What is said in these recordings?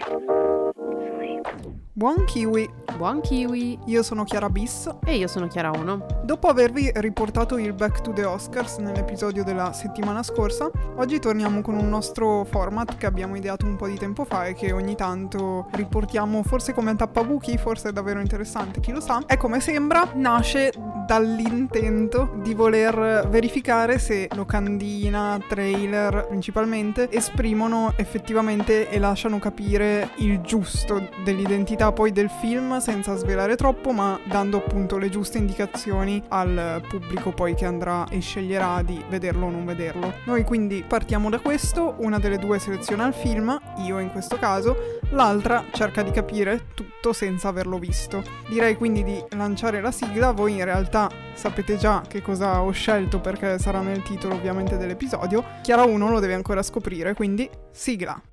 Buon kiwi! Buon kiwi! Io sono Chiara Bis. E io sono Chiara 1. Dopo avervi riportato il Back to the Oscars nell'episodio della settimana scorsa, oggi torniamo con un nostro format che abbiamo ideato un po' di tempo fa e che ogni tanto riportiamo, forse come tappabuchi, forse è davvero interessante, chi lo sa. E come sembra, nasce dall'intento di voler verificare se locandina, trailer principalmente, esprimono effettivamente e lasciano capire il giusto dell'identità poi del film senza svelare troppo, ma dando appunto le giuste indicazioni al pubblico poi che andrà e sceglierà di vederlo o non vederlo. Noi quindi partiamo da questo, una delle due seleziona il film, io in questo caso, l'altra cerca di capire tutto senza averlo visto. Direi quindi di lanciare la sigla. Voi in realtà sapete già che cosa ho scelto perché sarà nel titolo ovviamente dell'episodio. Chiara 1 lo deve ancora scoprire, quindi sigla.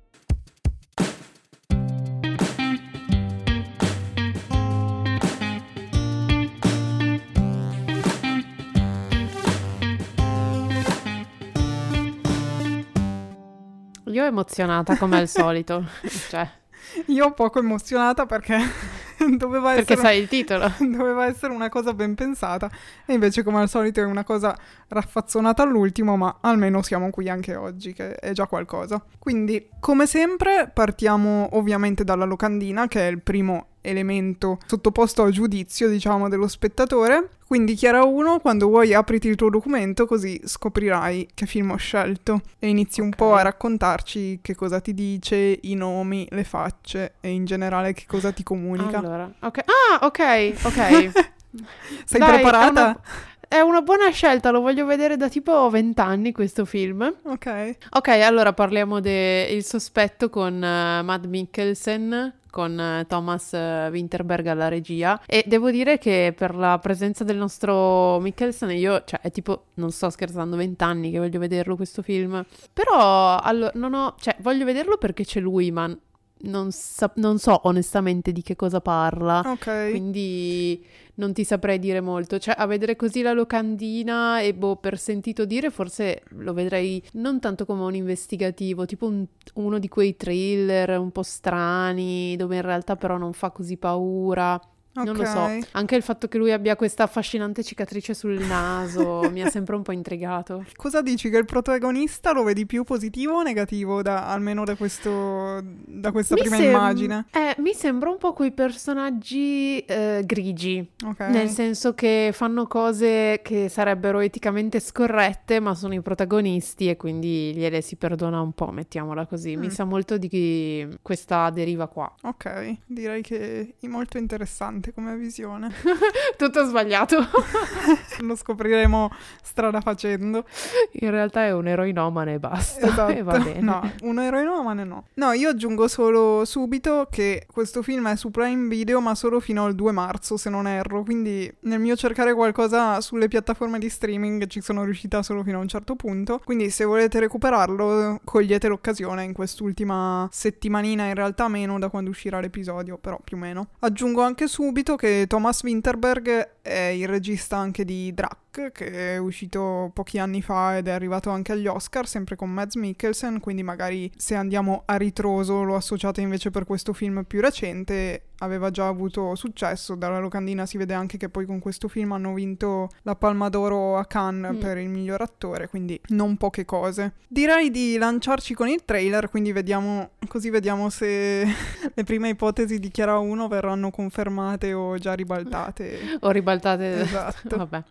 Io emozionata come al solito. Cioè, Io poco emozionata perché doveva perché essere... sai il titolo. Doveva essere una cosa ben pensata e invece come al solito è una cosa raffazzonata all'ultimo, ma almeno siamo qui anche oggi, che è già qualcosa. Quindi, come sempre, partiamo ovviamente dalla locandina, che è il primo elemento sottoposto a giudizio, diciamo, dello spettatore. Quindi Chiara 1, quando vuoi apriti il tuo documento, così scoprirai che film ho scelto e inizi un po' a raccontarci che cosa ti dice, i nomi, le facce e in generale che cosa ti comunica. Allora, ok. Ah, ok. Sei Dai, preparata? È una buona scelta, lo voglio vedere da tipo 20 anni questo film. Ok. Ok, allora parliamo del sospetto con Mads Mikkelsen, con Thomas Winterberg alla regia, e devo dire che per la presenza del nostro Mikkelsen io, cioè è tipo, non sto scherzando, 20 anni che voglio vederlo questo film, però voglio vederlo perché c'è lui, ma non so onestamente di che cosa parla, Ok. quindi non ti saprei dire molto. Cioè, a vedere così la locandina e per sentito dire forse lo vedrei non tanto come un investigativo, tipo uno di quei thriller un po' strani dove in realtà però non fa così paura. Non lo so, anche il fatto che lui abbia questa affascinante cicatrice sul naso mi ha sempre un po' intrigato. Cosa dici? Che il protagonista lo vedi più positivo o negativo, almeno da questa prima immagine? Mi sembra un po' quei personaggi grigi, Ok. nel senso che fanno cose che sarebbero eticamente scorrette, ma sono i protagonisti e quindi gliele si perdona un po', mettiamola così. Mi sa molto di questa deriva qua. Ok, direi che è molto interessante come visione. Tutto sbagliato. Lo scopriremo strada facendo. In realtà è un eroinomane e basta. Esatto. E va bene. No, un eroinomane no. No, io aggiungo solo subito che questo film è su Prime Video, ma solo fino al 2 marzo, se non erro. Quindi nel mio cercare qualcosa sulle piattaforme di streaming ci sono riuscita solo fino a un certo punto. Quindi se volete recuperarlo, cogliete l'occasione in quest'ultima settimanina, in realtà meno da quando uscirà l'episodio, però più o meno. Aggiungo anche subito che Thomas Winterberg è il regista anche di Drac, che è uscito pochi anni fa ed è arrivato anche agli Oscar, sempre con Mads Mikkelsen, quindi magari se andiamo a ritroso lo associate invece per questo film più recente, aveva già avuto successo, dalla locandina si vede anche che poi con questo film hanno vinto la Palma d'Oro a Cannes per il miglior attore, quindi non poche cose. Direi di lanciarci con il trailer, quindi vediamo se le prime ipotesi di Chiara 1 verranno confermate o già ribaltate. O ribaltate. Esatto. Vabbè.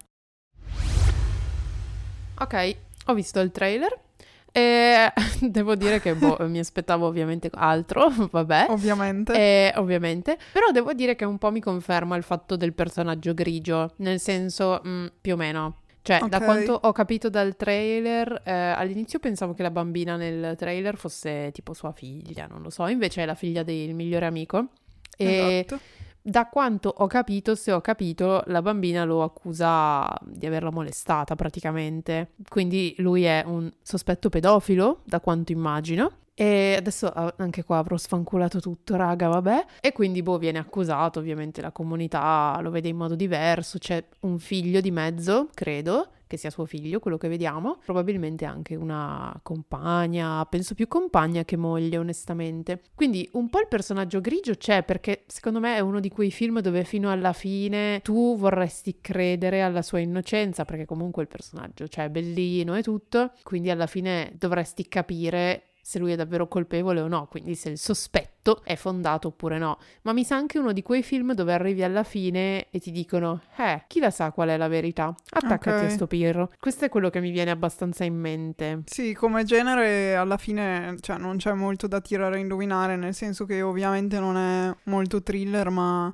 Ok, ho visto il trailer e devo dire che mi aspettavo ovviamente altro, vabbè. Ovviamente. Però devo dire che un po' mi conferma il fatto del personaggio grigio, nel senso, più o meno. Cioè, da quanto ho capito dal trailer, all'inizio pensavo che la bambina nel trailer fosse tipo sua figlia, non lo so, invece è la figlia del migliore amico. Esatto. Da quanto ho capito, se ho capito, la bambina lo accusa di averla molestata praticamente. Quindi lui è un sospetto pedofilo, da quanto immagino. E adesso anche qua avrò sfanculato tutto, raga, vabbè. E quindi viene accusato, ovviamente la comunità lo vede in modo diverso. C'è un figlio di mezzo, credo, che sia suo figlio, quello che vediamo, probabilmente anche una compagna, penso più compagna che moglie onestamente. Quindi un po' il personaggio grigio c'è, perché secondo me è uno di quei film dove fino alla fine tu vorresti credere alla sua innocenza, perché comunque il personaggio, cioè, è bellino e tutto, quindi alla fine dovresti capire se lui è davvero colpevole o no, quindi se il sospetto è fondato oppure no. Ma mi sa anche uno di quei film dove arrivi alla fine e ti dicono chi la sa qual è la verità? Attaccati a sto pirro. Questo è quello che mi viene abbastanza in mente. Sì, come genere alla fine, cioè, non c'è molto da tirare a indovinare, nel senso che ovviamente non è molto thriller, ma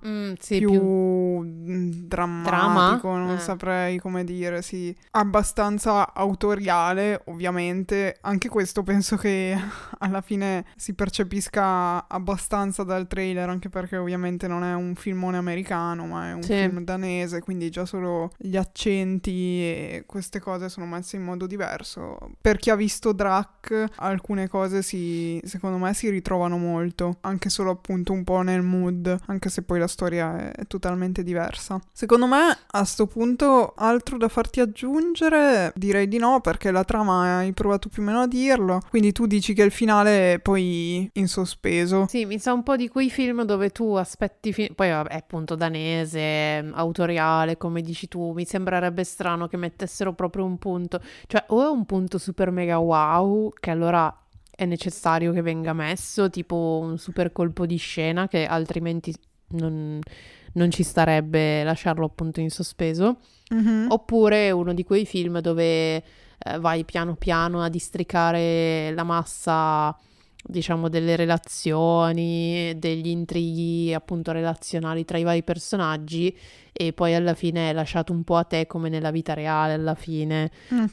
più drammatico, non saprei come dire, sì. Abbastanza autoriale, ovviamente. Anche questo penso che alla fine si percepisca abbastanza dal trailer, anche perché ovviamente non è un filmone americano, ma è un film danese, quindi già solo gli accenti e queste cose sono messe in modo diverso. Per chi ha visto Drac, alcune cose secondo me si ritrovano molto, anche solo appunto un po' nel mood, anche se poi la storia è totalmente diversa. Secondo me a sto punto altro da farti aggiungere? Direi di no, perché la trama hai provato più o meno a dirlo, quindi tu dici che il finale è poi in sospeso. Sì, mi sa un po' di quei film dove tu aspetti poi è appunto danese, autoriale, come dici tu, mi sembrerebbe strano che mettessero proprio un punto, cioè o è un punto super mega wow, che allora è necessario che venga messo, tipo un super colpo di scena che altrimenti non ci starebbe lasciarlo appunto in sospeso, oppure uno di quei film dove vai piano piano a districare la massa, diciamo, delle relazioni, degli intrighi appunto relazionali tra i vari personaggi, e poi alla fine è lasciato un po' a te come nella vita reale alla fine.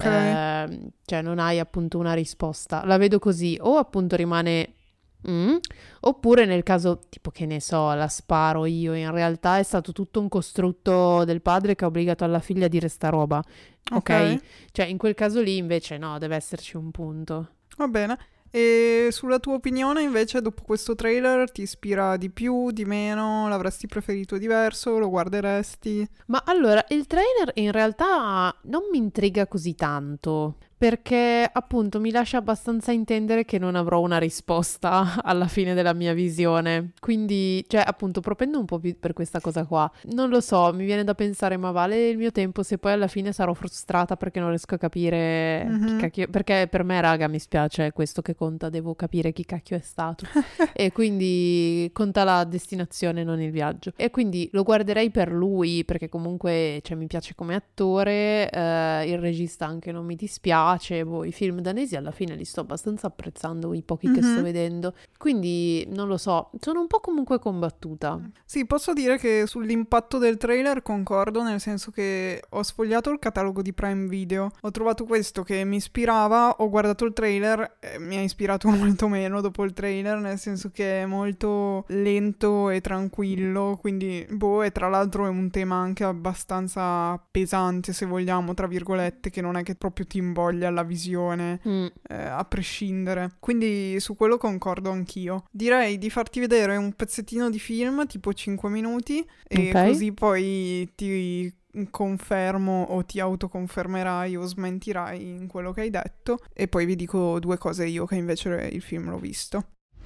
Cioè non hai appunto una risposta. La vedo così, o appunto rimane oppure nel caso tipo, che ne so, la sparo io, in realtà è stato tutto un costrutto del padre che ha obbligato alla figlia a dire sta roba, ok? Cioè in quel caso lì invece no, deve esserci un punto. Va bene. E sulla tua opinione invece dopo questo trailer ti ispira di più, di meno? L'avresti preferito diverso? Lo guarderesti? Ma allora, il trailer in realtà non mi intriga così tanto, perché appunto mi lascia abbastanza intendere che non avrò una risposta alla fine della mia visione, quindi cioè appunto propendo un po' più per questa cosa qua. Non lo so, mi viene da pensare, ma vale il mio tempo se poi alla fine sarò frustrata perché non riesco a capire chi cacchio, perché per me raga mi spiace, è questo che conta, devo capire chi cacchio è stato e quindi conta la destinazione, non il viaggio, e quindi lo guarderei per lui perché comunque cioè, mi piace come attore, il regista anche non mi dispiace. I film danesi alla fine li sto abbastanza apprezzando, i pochi che sto vedendo, quindi non lo so, sono un po' comunque combattuta. Sì, posso dire che sull'impatto del trailer concordo, nel senso che ho sfogliato il catalogo di Prime Video, ho trovato questo che mi ispirava, ho guardato il trailer e mi ha ispirato molto meno dopo il trailer, nel senso che è molto lento e tranquillo, quindi e tra l'altro è un tema anche abbastanza pesante, se vogliamo, tra virgolette, che non è che proprio ti invoglia alla visione a prescindere, quindi su quello concordo anch'io. Direi di farti vedere un pezzettino di film tipo 5 minuti e così poi ti confermo o ti autoconfermerai o smentirai in quello che hai detto, e poi vi dico due cose io che invece il film l'ho visto.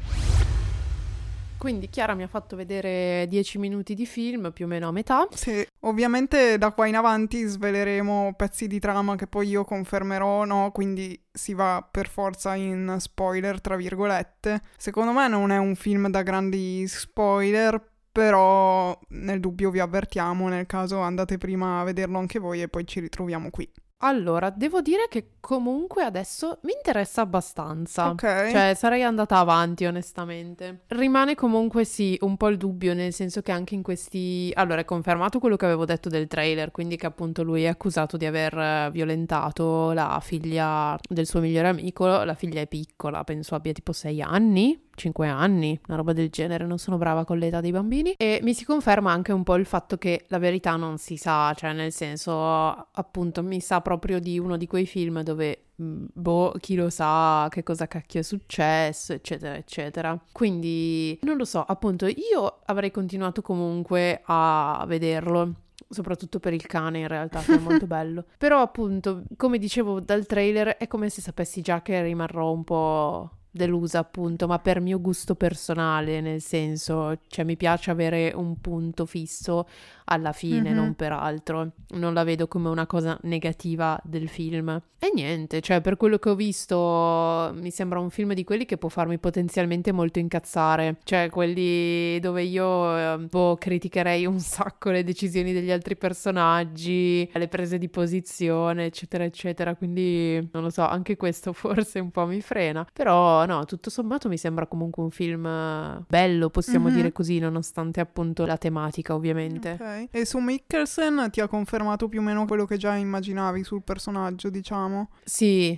Quindi Chiara mi ha fatto vedere 10 minuti di film, più o meno a metà. Sì, ovviamente da qua in avanti sveleremo pezzi di trama che poi io confermerò o no, quindi si va per forza in spoiler, tra virgolette. Secondo me non è un film da grandi spoiler, però nel dubbio vi avvertiamo, nel caso andate prima a vederlo anche voi e poi ci ritroviamo qui. Allora, devo dire che comunque adesso mi interessa abbastanza. Ok. Cioè, sarei andata avanti, onestamente. Rimane comunque, sì, un po' il dubbio, nel senso che anche in questi... Allora, è confermato quello che avevo detto del trailer, quindi che appunto lui è accusato di aver violentato la figlia del suo migliore amico. La figlia è piccola, penso abbia tipo 6 anni, 5 anni, una roba del genere, non sono brava con l'età dei bambini. E mi si conferma anche un po' il fatto che la verità non si sa, cioè nel senso, appunto, mi sa proprio di uno di quei film dove chi lo sa che cosa cacchio è successo, eccetera eccetera. Quindi non lo so, appunto io avrei continuato comunque a vederlo soprattutto per il cane in realtà, che è molto bello. Però appunto, come dicevo dal trailer, è come se sapessi già che rimarrò un po' delusa appunto, ma per mio gusto personale, nel senso, cioè mi piace avere un punto fisso alla fine, non per altro. Non la vedo come una cosa negativa del film. E niente, cioè per quello che ho visto mi sembra un film di quelli che può farmi potenzialmente molto incazzare, cioè quelli dove io criticherei un sacco le decisioni degli altri personaggi, le prese di posizione, eccetera eccetera, quindi non lo so, anche questo forse un po' mi frena, però no, tutto sommato mi sembra comunque un film bello, possiamo dire così, nonostante appunto la tematica ovviamente. Ok. E su Mikkelsen ti ha confermato più o meno quello che già immaginavi sul personaggio, diciamo? Sì,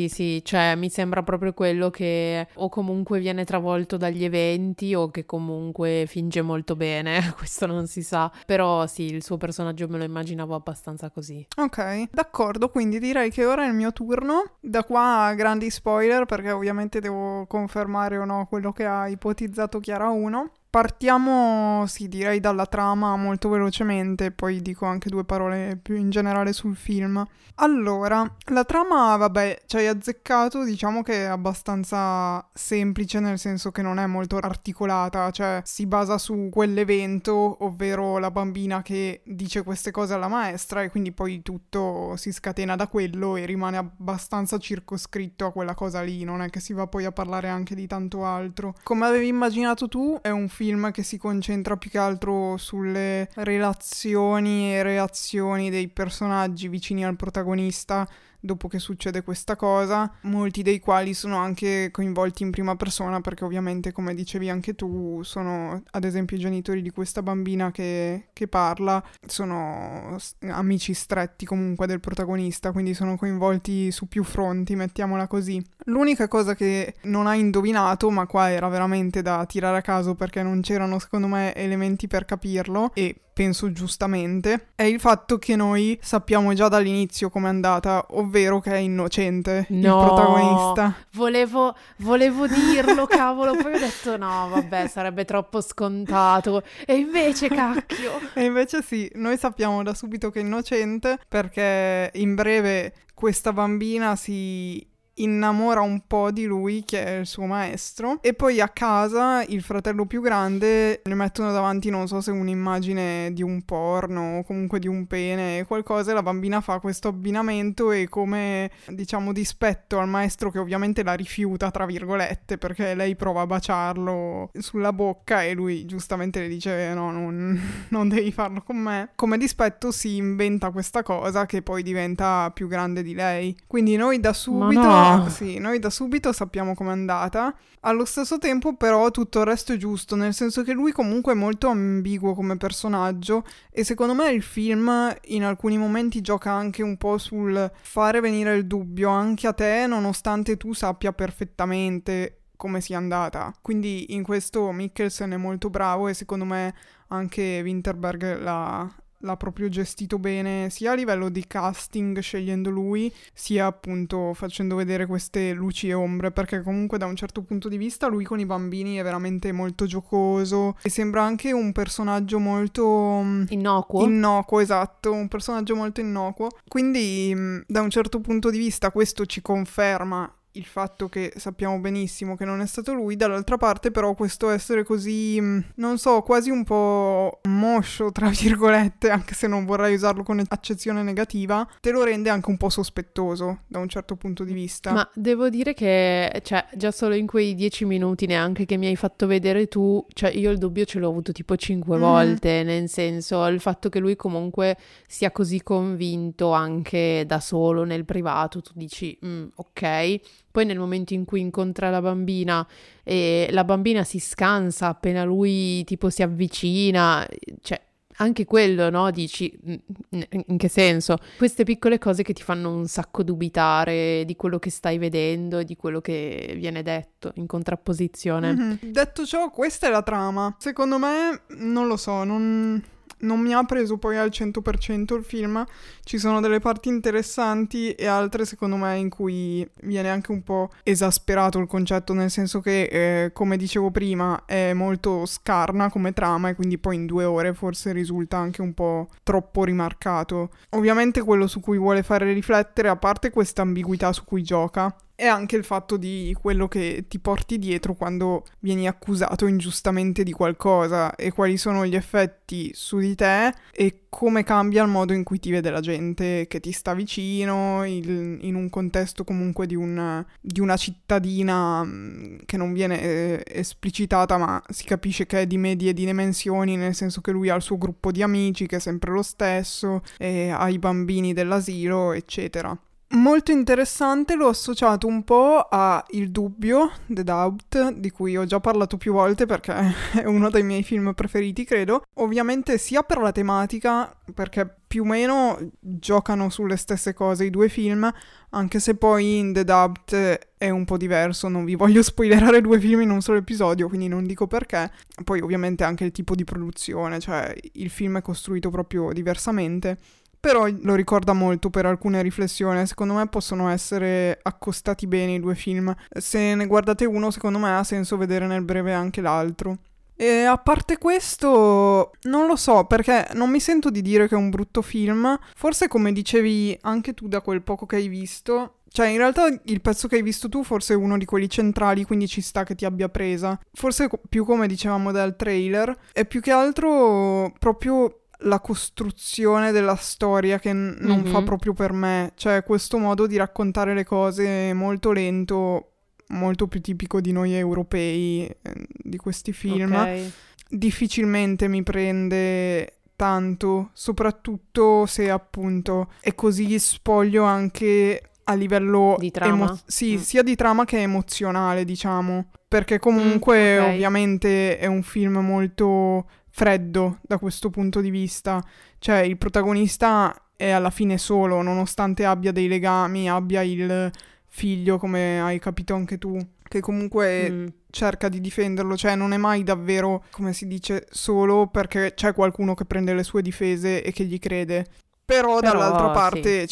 cioè mi sembra proprio quello che o comunque viene travolto dagli eventi o che comunque finge molto bene, questo non si sa, però sì, il suo personaggio me lo immaginavo abbastanza così. Ok, d'accordo, quindi direi che ora è il mio turno, da qua a grandi spoiler perché ovviamente devo confermare o no quello che ha ipotizzato Chiara 1. Partiamo, sì, direi dalla trama molto velocemente, poi dico anche due parole più in generale sul film. Allora, la trama, vabbè, ci hai azzeccato, diciamo che è abbastanza semplice, nel senso che non è molto articolata, cioè si basa su quell'evento, ovvero la bambina che dice queste cose alla maestra e quindi poi tutto si scatena da quello e rimane abbastanza circoscritto a quella cosa lì, non è che si va poi a parlare anche di tanto altro. Come avevi immaginato tu, è un film che si concentra più che altro sulle relazioni e reazioni dei personaggi vicini al protagonista dopo che succede questa cosa, molti dei quali sono anche coinvolti in prima persona perché ovviamente, come dicevi anche tu, sono ad esempio i genitori di questa bambina che parla, sono amici stretti comunque del protagonista, quindi sono coinvolti su più fronti, mettiamola così. L'unica cosa che non hai indovinato, ma qua era veramente da tirare a caso perché non c'erano secondo me elementi per capirlo, e penso giustamente, è il fatto che noi sappiamo già dall'inizio com'è andata, ovvero che è innocente il protagonista. Volevo dirlo, cavolo, poi ho detto no, vabbè, sarebbe troppo scontato. E invece, cacchio. E invece sì, noi sappiamo da subito che è innocente perché in breve questa bambina si innamora un po' di lui, che è il suo maestro, e poi a casa il fratello più grande le mettono davanti, non so se un'immagine di un porno o comunque di un pene, qualcosa, e la bambina fa questo abbinamento e come, diciamo, dispetto al maestro, che ovviamente la rifiuta tra virgolette perché lei prova a baciarlo sulla bocca e lui giustamente le dice no, non devi farlo con me, come dispetto si inventa questa cosa che poi diventa più grande di lei. Quindi noi da subito sì, noi da subito sappiamo com'è andata. Allo stesso tempo però tutto il resto è giusto, nel senso che lui comunque è molto ambiguo come personaggio e secondo me il film in alcuni momenti gioca anche un po' sul fare venire il dubbio anche a te, nonostante tu sappia perfettamente come sia andata. Quindi in questo Mikkelsen è molto bravo e secondo me anche Winterberg l'ha proprio gestito bene, sia a livello di casting scegliendo lui, sia appunto facendo vedere queste luci e ombre, perché comunque da un certo punto di vista lui con i bambini è veramente molto giocoso e sembra anche un personaggio molto innocuo, esatto, un personaggio molto innocuo, quindi da un certo punto di vista questo ci conferma il fatto che sappiamo benissimo che non è stato lui. Dall'altra parte però questo essere così, non so, quasi un po' moscio tra virgolette, anche se non vorrei usarlo con accezione negativa, te lo rende anche un po' sospettoso da un certo punto di vista. Ma devo dire che, cioè, già solo in quei 10 minuti neanche che mi hai fatto vedere tu, cioè io il dubbio ce l'ho avuto tipo 5 volte, nel senso, il fatto che lui comunque sia così convinto anche da solo nel privato, tu dici ok. Poi nel momento in cui incontra la bambina e la bambina si scansa appena lui tipo si avvicina, cioè anche quello, no? Dici, in che senso? Queste piccole cose che ti fanno un sacco dubitare di quello che stai vedendo e di quello che viene detto in contrapposizione. Detto ciò, questa è la trama. Secondo me, non lo so, non non mi ha preso poi al 100% il film, ci sono delle parti interessanti e altre secondo me in cui viene anche un po' esasperato il concetto, nel senso che come dicevo prima è molto scarna come trama e quindi poi in 2 ore forse risulta anche un po' troppo rimarcato. Ovviamente quello su cui vuole fare riflettere, a parte questa ambiguità su cui gioca, è anche il fatto di quello che ti porti dietro quando vieni accusato ingiustamente di qualcosa e quali sono gli effetti su di te e come cambia il modo in cui ti vede la gente che ti sta vicino, in un contesto comunque di una cittadina che non viene esplicitata, ma si capisce che è di medie dimensioni, nel senso che lui ha il suo gruppo di amici che è sempre lo stesso, e ha i bambini dell'asilo, eccetera. Molto interessante, l'ho associato un po' a Il Dubbio, The Doubt, di cui ho già parlato più volte perché è uno dei miei film preferiti, credo. Ovviamente sia per la tematica, perché più o meno giocano sulle stesse cose i 2 film, anche se poi in The Doubt è un po' diverso, non vi voglio spoilerare 2 film in un solo episodio, quindi non dico perché. Poi ovviamente anche il tipo di produzione, cioè il film è costruito proprio diversamente. Però lo ricorda molto per alcune riflessioni, secondo me possono essere accostati bene i 2 film. Se ne guardate uno, secondo me ha senso vedere nel breve anche l'altro. E a parte questo, non lo so, perché non mi sento di dire che è un brutto film. Forse come dicevi anche tu da quel poco che hai visto, cioè in realtà il pezzo che hai visto tu forse è uno di quelli centrali, quindi ci sta che ti abbia presa. Forse più come dicevamo dal trailer, è più che altro proprio la costruzione della storia che non fa proprio per me, cioè questo modo di raccontare le cose molto lento, molto più tipico di noi europei, di questi film, difficilmente mi prende tanto, soprattutto se appunto è così spoglio anche a livello di trama. sia di trama che emozionale, diciamo, perché comunque ovviamente è un film molto freddo da questo punto di vista, cioè il protagonista è alla fine solo, nonostante abbia dei legami, abbia il figlio, come hai capito anche tu, che comunque cerca di difenderlo, cioè non è mai davvero, come si dice, solo perché c'è qualcuno che prende le sue difese e che gli crede. Però dall'altra parte,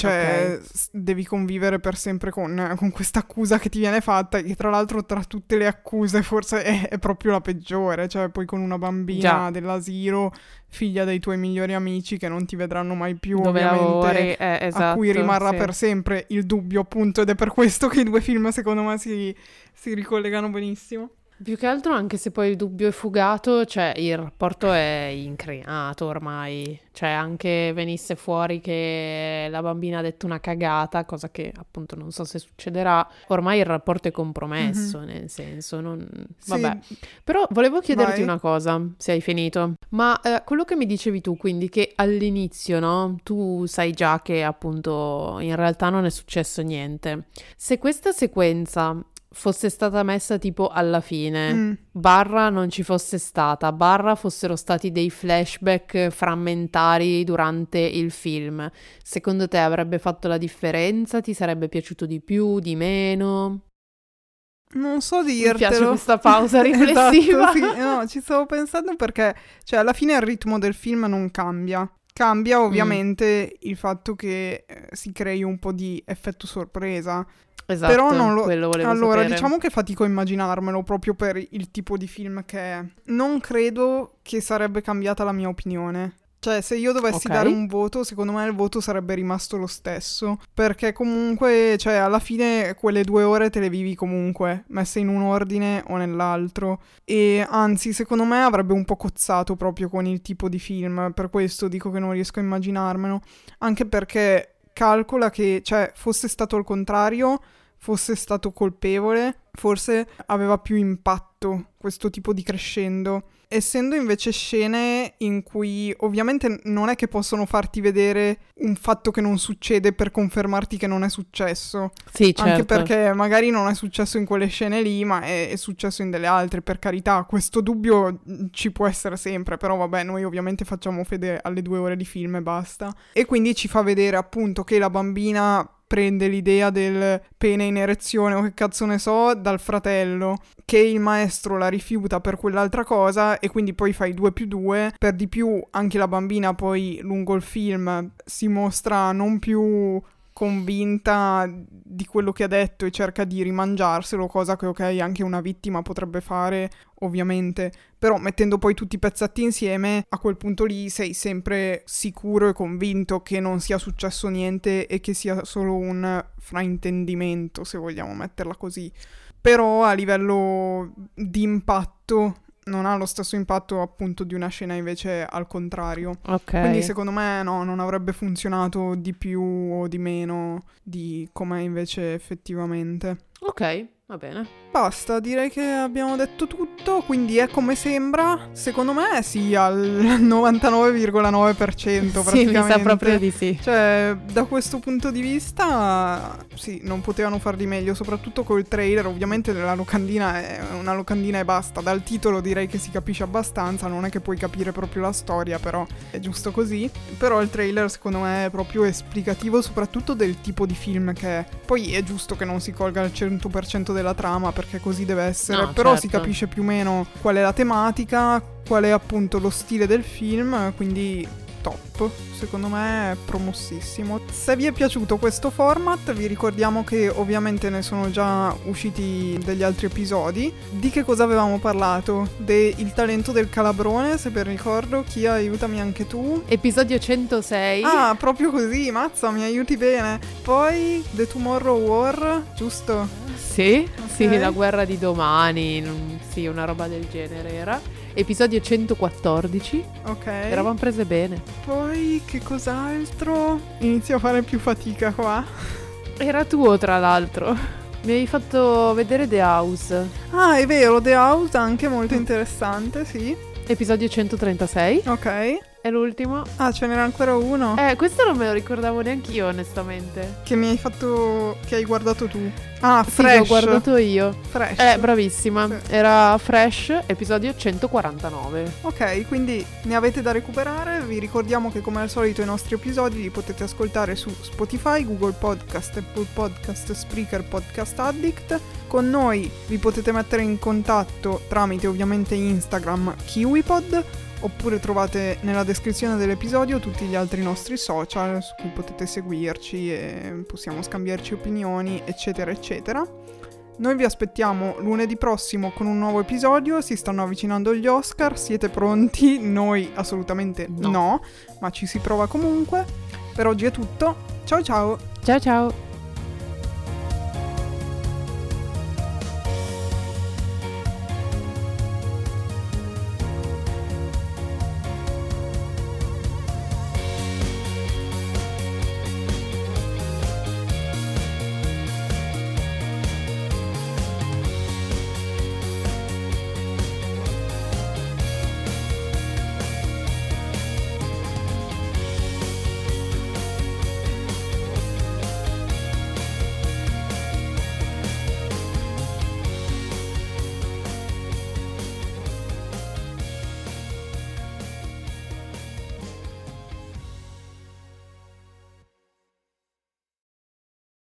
devi convivere per sempre con questa accusa che ti viene fatta, e tra l'altro tra tutte le accuse forse è proprio la peggiore, cioè poi con una bambina dell'asilo, figlia dei tuoi migliori amici che non ti vedranno mai più, dove ovviamente, lavori, a cui rimarrà per sempre il dubbio, appunto, ed è per questo che i 2 film secondo me si ricollegano benissimo. Più che altro, anche se poi il dubbio è fugato, cioè il rapporto è incrinato ormai. Cioè anche venisse fuori che la bambina ha detto una cagata, cosa che appunto non so se succederà, ormai il rapporto è compromesso, nel senso, non... Vabbè. Sì. Però volevo chiederti una cosa, se hai finito. Ma quello che mi dicevi tu, quindi che all'inizio, no? Tu sai già che appunto in realtà non è successo niente. Se questa sequenza fosse stata messa tipo alla fine, barra non ci fosse stata, barra fossero stati dei flashback frammentari durante il film, secondo te avrebbe fatto la differenza? Ti sarebbe piaciuto di più, di meno? Non so dirtelo. Mi piace questa pausa riflessiva. Esatto, sì. No, ci stavo pensando perché, cioè, alla fine il ritmo del film non cambia. Cambia ovviamente il fatto che si crei un po' di effetto sorpresa. Esatto, però non lo... quello volevo allora, sapere. diciamo che fatico a immaginarmelo proprio per il tipo di film che è. Non credo che sarebbe cambiata la mia opinione. Cioè, se io dovessi dare un voto, secondo me il voto sarebbe rimasto lo stesso. Perché comunque, cioè, alla fine quelle 2 ore te le vivi comunque, messe in un ordine o nell'altro. E anzi, secondo me avrebbe un po' cozzato proprio con il tipo di film. Per questo dico che non riesco a immaginarmelo. Anche perché calcola che, cioè, fosse stato il contrario, fosse stato colpevole, forse aveva più impatto questo tipo di crescendo. Essendo invece scene in cui ovviamente non è che possono farti vedere un fatto che non succede per confermarti che non è successo. Sì, certo. Anche perché magari non è successo in quelle scene lì, ma è successo in delle altre, per carità. Questo dubbio ci può essere sempre, però vabbè, noi ovviamente facciamo fede alle 2 ore di film e basta. E quindi ci fa vedere appunto che la bambina prende l'idea del pene in erezione o che cazzo ne so dal fratello, che il maestro la rifiuta per quell'altra cosa e quindi poi fai 2 più 2. Per di più anche la bambina poi lungo il film si mostra non più convinta di quello che ha detto e cerca di rimangiarselo, cosa che ok anche una vittima potrebbe fare ovviamente, però mettendo poi tutti i pezzetti insieme a quel punto lì sei sempre sicuro e convinto che non sia successo niente e che sia solo un fraintendimento, se vogliamo metterla così. Però a livello di impatto non ha lo stesso impatto appunto di una scena invece al contrario. Ok. Quindi secondo me no, non avrebbe funzionato di più o di meno di come invece effettivamente. Ok, va bene. Basta, direi che abbiamo detto tutto, quindi è come sembra, secondo me sì, al 99,9% praticamente. Sì, mi sa proprio di sì. Cioè, da questo punto di vista, sì, non potevano far di meglio, soprattutto col trailer. Ovviamente la locandina è una locandina e basta, dal titolo direi che si capisce abbastanza, non è che puoi capire proprio la storia, però è giusto così. Però il trailer secondo me è proprio esplicativo, soprattutto del tipo di film che è. Poi è giusto che non si colga al 100% della trama, perché così deve essere, no, però certo. Si capisce più o meno qual è la tematica, qual è appunto lo stile del film, quindi top, secondo me è promossissimo. Se vi è piaciuto questo format vi ricordiamo che ovviamente ne sono già usciti degli altri episodi. Di che cosa avevamo parlato? Del talento del calabrone, se ben ricordo. Chi aiutami anche tu? Episodio 106. Ah, proprio così, mazza, mi aiuti bene. Poi The Tomorrow War, giusto? Sì, Okay. sì, la guerra di domani, sì, una roba del genere era. Episodio 114. Ok. Eravamo prese bene. Poi che cos'altro? Inizio a fare più fatica qua. Era tuo, tra l'altro. Mi hai fatto vedere The House. Ah, è vero, The House anche molto interessante, sì. Episodio 136. Ok. E l'ultimo? Ah, ce n'era ancora uno. Questo non me lo ricordavo neanche io, onestamente. Che mi hai fatto... che hai guardato tu. Ah, Sì, Fresh. l'ho guardato io. Fresh. Bravissima. Sì. Era Fresh, episodio 149. Ok, quindi ne avete da recuperare. Vi ricordiamo che come al solito i nostri episodi li potete ascoltare su Spotify, Google Podcast, Apple Podcast, Spreaker, Podcast Addict. Con noi vi potete mettere in contatto tramite ovviamente Instagram KiwiPod, oppure trovate nella descrizione dell'episodio tutti gli altri nostri social su cui potete seguirci e possiamo scambiarci opinioni, eccetera, eccetera. Noi vi aspettiamo lunedì prossimo con un nuovo episodio, si stanno avvicinando gli Oscar, siete pronti? Noi assolutamente no, ma ci si prova comunque. Per oggi è tutto, ciao ciao! Ciao ciao!